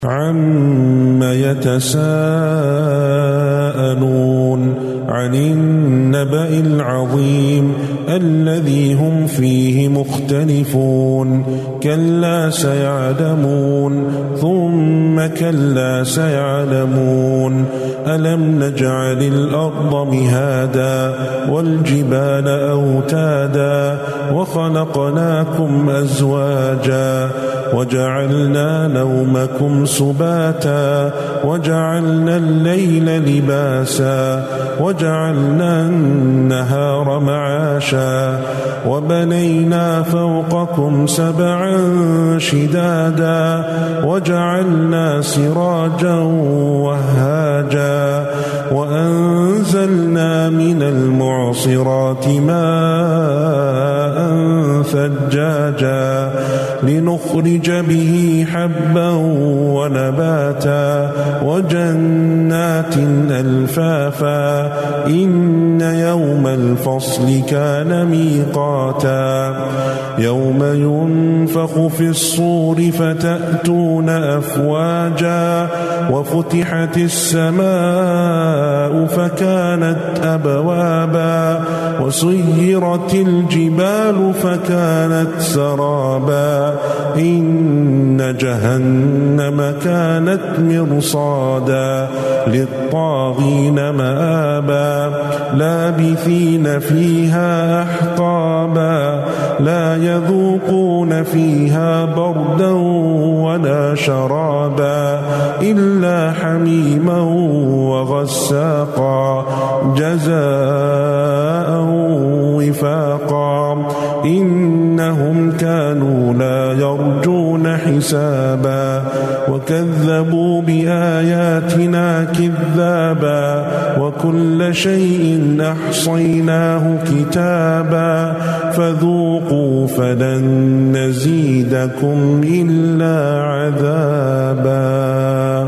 عَمَّ يَتَسَاءَلُونَ عَنِ النَّبَإِ الْعَظِيمِ الَّذِي هُمْ فِيهِ مُخْتَلِفُونَ كَلَّا سَيَعْلَمُونَ ثُمَّ كَلَّا سَيَعْلَمُونَ أَلَمْ نَجْعَلِ الْأَرْضَ مِهَادًا وَالْجِبَالَ أَوْتَادًا وَخَلَقْنَاكُمْ أَزْوَاجًا وَجَعَلْنَا نَوْمَكُمْ سُبَاتًا وَجَعَلْنَا اللَّيْلَ لِبَاسًا وَجَعَلْنَا النَّهَارَ مَعَاشًا وَبَنَيْنَا فَوْقَكُمْ سَبْعًا شِدَادًا وَجَعَلْنَا سِرَاجًا وَهَّاجًا وَأَنزَلْنَا مِنَ الْمُعْصِرَاتِ مَاءً ثَجَّاجًا لنخرج به حبا ونباتا وجنات ألفافا إن يوم الفصل كان ميقاتا يوم ينفخ في الصور فتأتون أفواجا وفتحت السماء فكانت أبوابا وسيرت الجبال فكانت سرابا إن جهنم كانت مرصادا للطاغين مآبا لابثين فيها أحقابا لا يذوقون فيها بردا ولا شرابا إلا حميما وغساقا جزاء وفاقا إنهم كانوا لا يرجون حسابا وكذبوا بآياتنا كذابا وكل شيء أحصيناه كتابا فذوقوا فلن نزيدكم إلا عذابا.